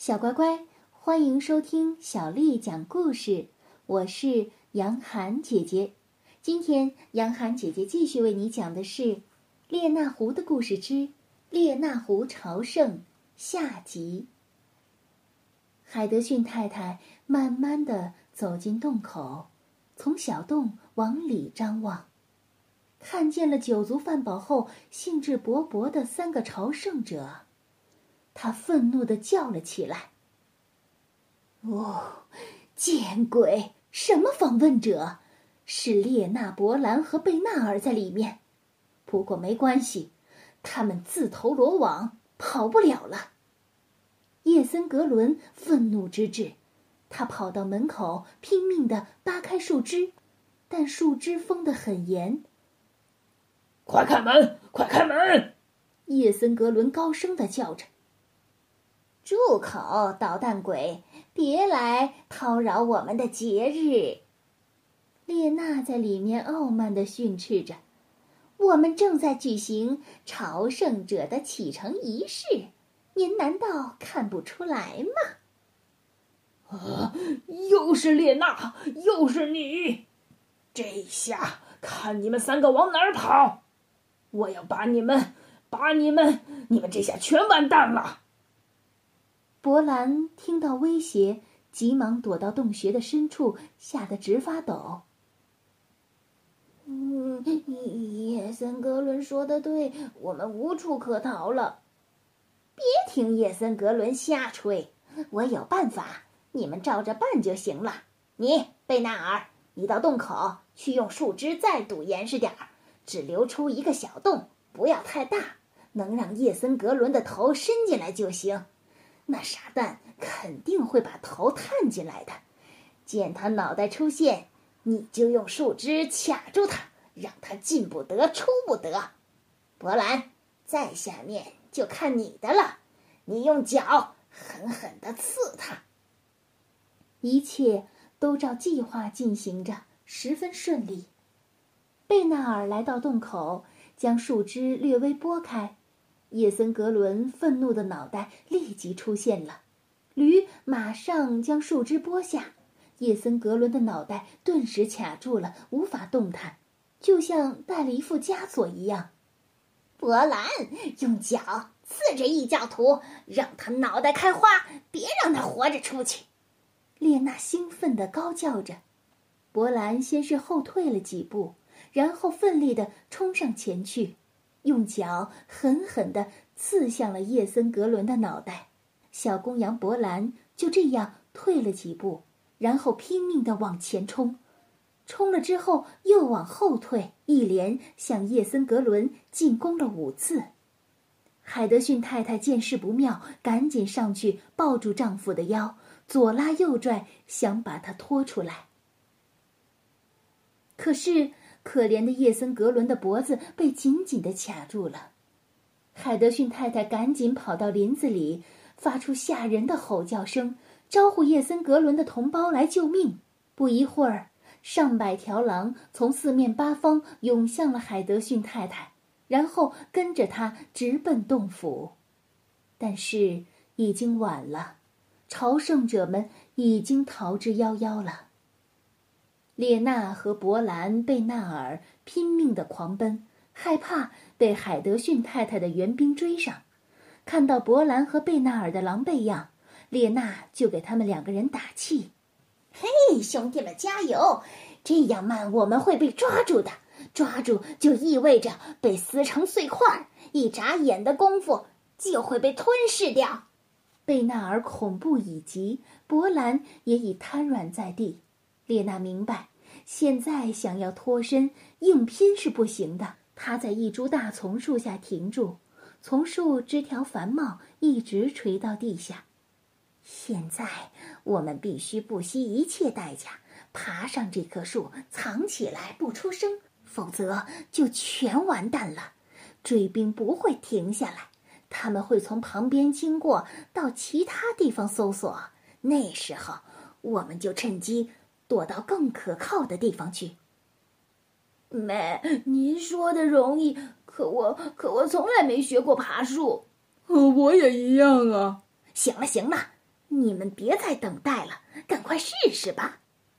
小乖乖，欢迎收听小丽讲故事，我是杨涵姐姐。今天杨涵姐姐继续为你讲的是列那湖的故事之列那湖朝圣下集。海德逊太太慢慢地走进洞口，从小洞往里张望，看见了酒足饭饱后兴致勃勃的3个朝圣者。他愤怒地叫了起来：哦，见鬼！什么访问者？是列那、伯兰和贝纳尔在里面。不过没关系，他们自投罗网，跑不了了。叶森格伦愤怒之至，他跑到门口，拼命地扒开树枝，但树枝封得很严。 快开门！快开门！ 叶森格伦高声地叫着。住口，捣蛋鬼！别来叨扰我们的节日。列那在里面傲慢地训斥着：我们正在举行朝圣者的启程仪式，您难道看不出来吗？又是列那，又是你！这下看你们3个往哪儿跑！我要把你们这下全完蛋了！ 伯兰听到威胁，急忙躲到洞穴的深处，吓得直发抖。叶森格伦说的对，我们无处可逃了。别听叶森格伦瞎吹，我有办法，你们照着办就行了。你，贝纳尔，你到洞口去用树枝再堵严实点儿，只留出一个小洞，不要太大，能让叶森格伦的头伸进来就行。那傻蛋肯定会把头探进来的，见他脑袋出现，你就用树枝卡住他，让他进不得出不得。伯兰，在下面就看你的了，你用脚狠狠地刺他。一切都照计划进行着，十分顺利。贝纳尔来到洞口，将树枝略微拨开，叶森格伦愤怒的脑袋立即出现了，驴马上将树枝拨下，叶森格伦的脑袋顿时卡住了，无法动弹，就像戴了一副枷锁一样。伯兰，用脚刺着异教徒，让他脑袋开花，别让他活着出去！列那兴奋地高叫着。伯兰先是后退了几步，然后奋力地冲上前去，用脚狠狠地刺向了叶森格伦的脑袋。小公羊伯兰就这样退了几步，然后拼命地往前冲，冲了之后又往后退，一连向叶森格伦进攻了5次。海德逊太太见势不妙，赶紧上去抱住丈夫的腰，左拉右拽，想把他拖出来。可是可怜的叶森格伦的脖子被紧紧地卡住了。海德逊太太赶紧跑到林子里，发出吓人的吼叫声，招呼叶森格伦的同胞来救命。不一会儿，上百条狼从4面8方涌向了海德逊太太，然后跟着他直奔洞府。但是已经晚了，朝圣者们已经逃之夭夭了。列那和伯兰、贝纳尔拼命地狂奔，害怕被海德逊太太的援兵追上。看到伯兰和贝纳尔的狼狈样，列那就给他们2个人打气：嘿，兄弟们加油！这样慢我们会被抓住的，抓住就意味着被撕成碎块，一眨眼的功夫就会被吞噬掉。贝纳尔恐怖已极，伯兰也已瘫软在地。列那明白，现在想要脱身硬拼是不行的。他在一株大丛树下停住，丛树枝条繁茂，一直垂到地下。现在我们必须不惜一切代价爬上这棵树，藏起来不出声，否则就全完蛋了。追兵不会停下来，他们会从旁边经过，到其他地方搜索，那时候我们就趁机躲到更可靠的地方去。 妹，您说的容易，可我从来没学过爬树。 我也一样啊。 行了， 你们别再等待了，赶快试试吧。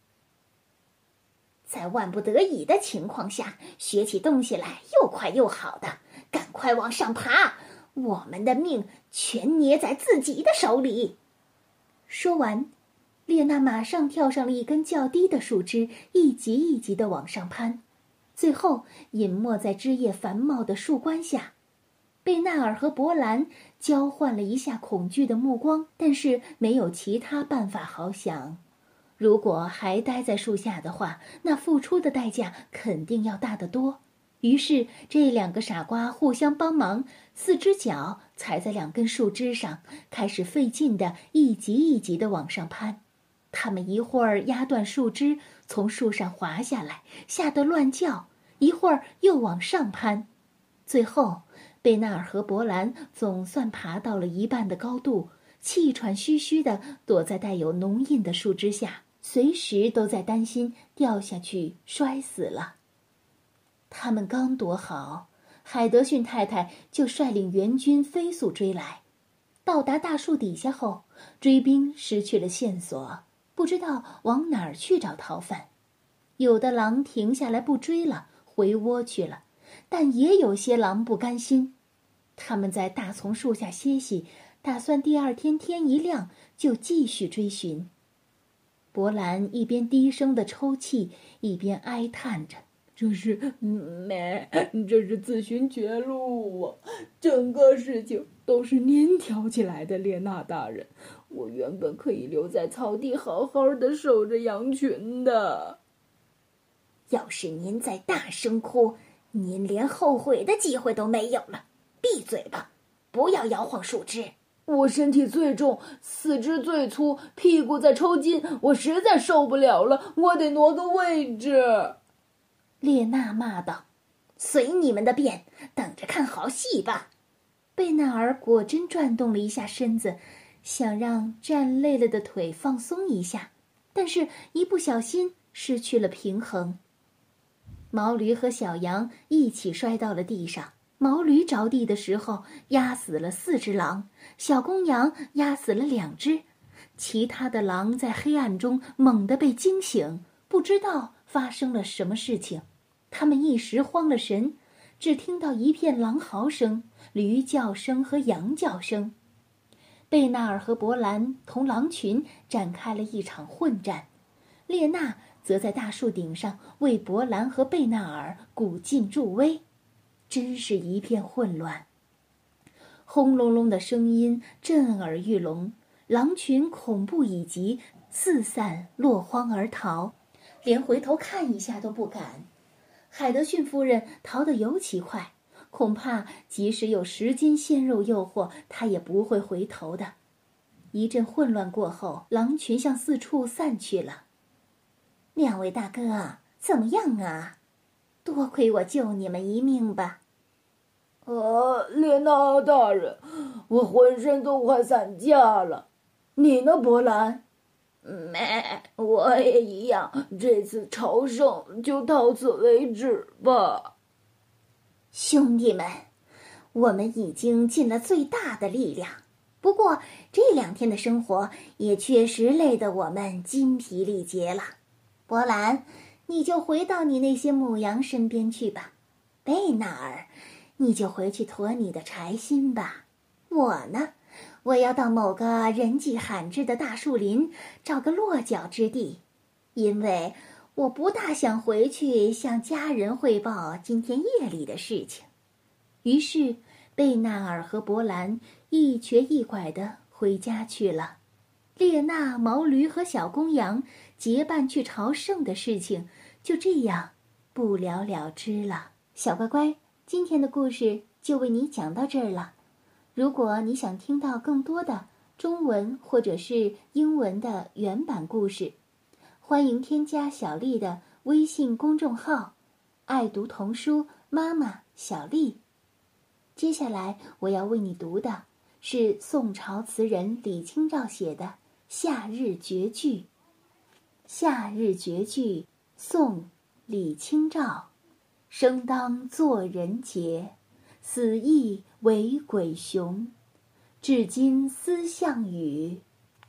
在万不得已的情况下，学起东西来又快又好的，赶快往上爬，我们的命全捏在自己的手里。说完，列娜马上跳上了一根较低的树枝，一级一级地往上攀，最后隐没在枝叶繁茂的树冠下。贝纳尔和伯兰交换了一下恐惧的目光，但是没有其他办法好想。如果还待在树下的话，那付出的代价肯定要大得多。于是这两个傻瓜互相帮忙，4只脚踩在2根树枝上，开始费劲地一级一级地往上攀。他们一会儿压断树枝，从树上滑下来，吓得乱叫，一会儿又往上攀。最后贝纳尔和伯兰总算爬到了一半的高度，气喘吁吁地躲在带有浓荫的树枝下，随时都在担心掉下去摔死了。他们刚躲好，海德逊太太就率领援军飞速追来。到达大树底下后，追兵失去了线索，不知道往哪儿去找逃犯。有的狼停下来不追了，回窝去了，但也有些狼不甘心。他们在大丛树下歇息，打算第二天天一亮就继续追寻。伯兰一边低声地抽泣，一边哀叹着：“ 这是自寻绝路啊！整个事情都是您挑起来的，列娜大人。我原本可以留在草地好好的守着羊群的。 要是您再大声哭，您连后悔的机会都没有了。闭嘴吧，不要摇晃树枝。 我身体最重，4肢最粗，屁股在抽筋，我实在受不了了，我得挪个位置。” 列娜骂道。“随你们的便，等着看好戏吧。”贝纳尔果真转动了一下身子，想让站累了的腿放松一下，但是一不小心失去了平衡。毛驴和小羊一起摔到了地上，毛驴着地的时候压死了4只狼，小公羊压死了2只，其他的狼在黑暗中猛地被惊醒，不知道发生了什么事情。他们一时慌了神，只听到一片狼嚎声、驴叫声和羊叫声。贝纳尔和伯兰同狼群展开了一场混战，列娜则在大树顶上为伯兰和贝纳尔鼓劲助威，真是一片混乱。轰隆隆的声音震耳欲聋，狼群恐怖已极，四散落荒而逃，连回头看一下都不敢。海德逊夫人逃得尤其快，恐怕即使有10斤鲜肉诱惑，她也不会回头的。一阵混乱过后，狼群向四处散去了。“2位大哥，怎么样啊？多亏我救你们一命吧。”“ 列娜大人，我浑身都快散架了。你呢，伯兰？”“我也一样，这次朝圣就到此为止吧。”“ 兄弟们，我们已经尽了最大的力量，不过这2天的生活也确实累得我们筋疲力竭了。伯兰，你就回到你那些母羊身边去吧。贝纳尔，你就回去驮你的柴薪吧。我呢，我要到某个人迹罕至的大树林找个落脚之地，因为我不大想回去向家人汇报今天夜里的事情。”于是贝纳尔和伯兰一瘸一拐地回家去了。列娜、毛驴和小公羊结伴去朝圣的事情就这样不了了之了。小乖乖，今天的故事就为你讲到这儿了。如果你想听到更多的中文或者是英文的原版故事，欢迎添加小丽的微信公众号“爱读童书妈妈小丽”。接下来我要为你读的是宋朝词人李清照写的《夏日绝句》。《夏日绝句》宋·李清照。生当作人杰，死亦为鬼雄。至今思项羽，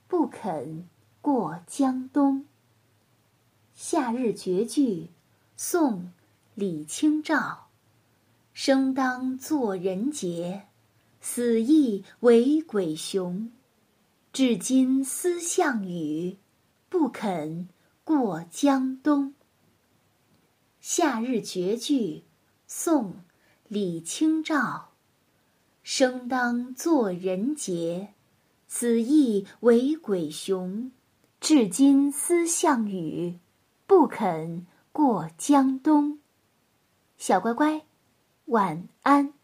不肯过江东。夏日绝句，宋·李清照。生当作人杰，死亦为鬼雄。至今思项羽，不肯过江东。夏日绝句，宋·李清照。生当作人杰，死亦为鬼雄。至今思项羽，不肯过江东。小乖乖，晚安。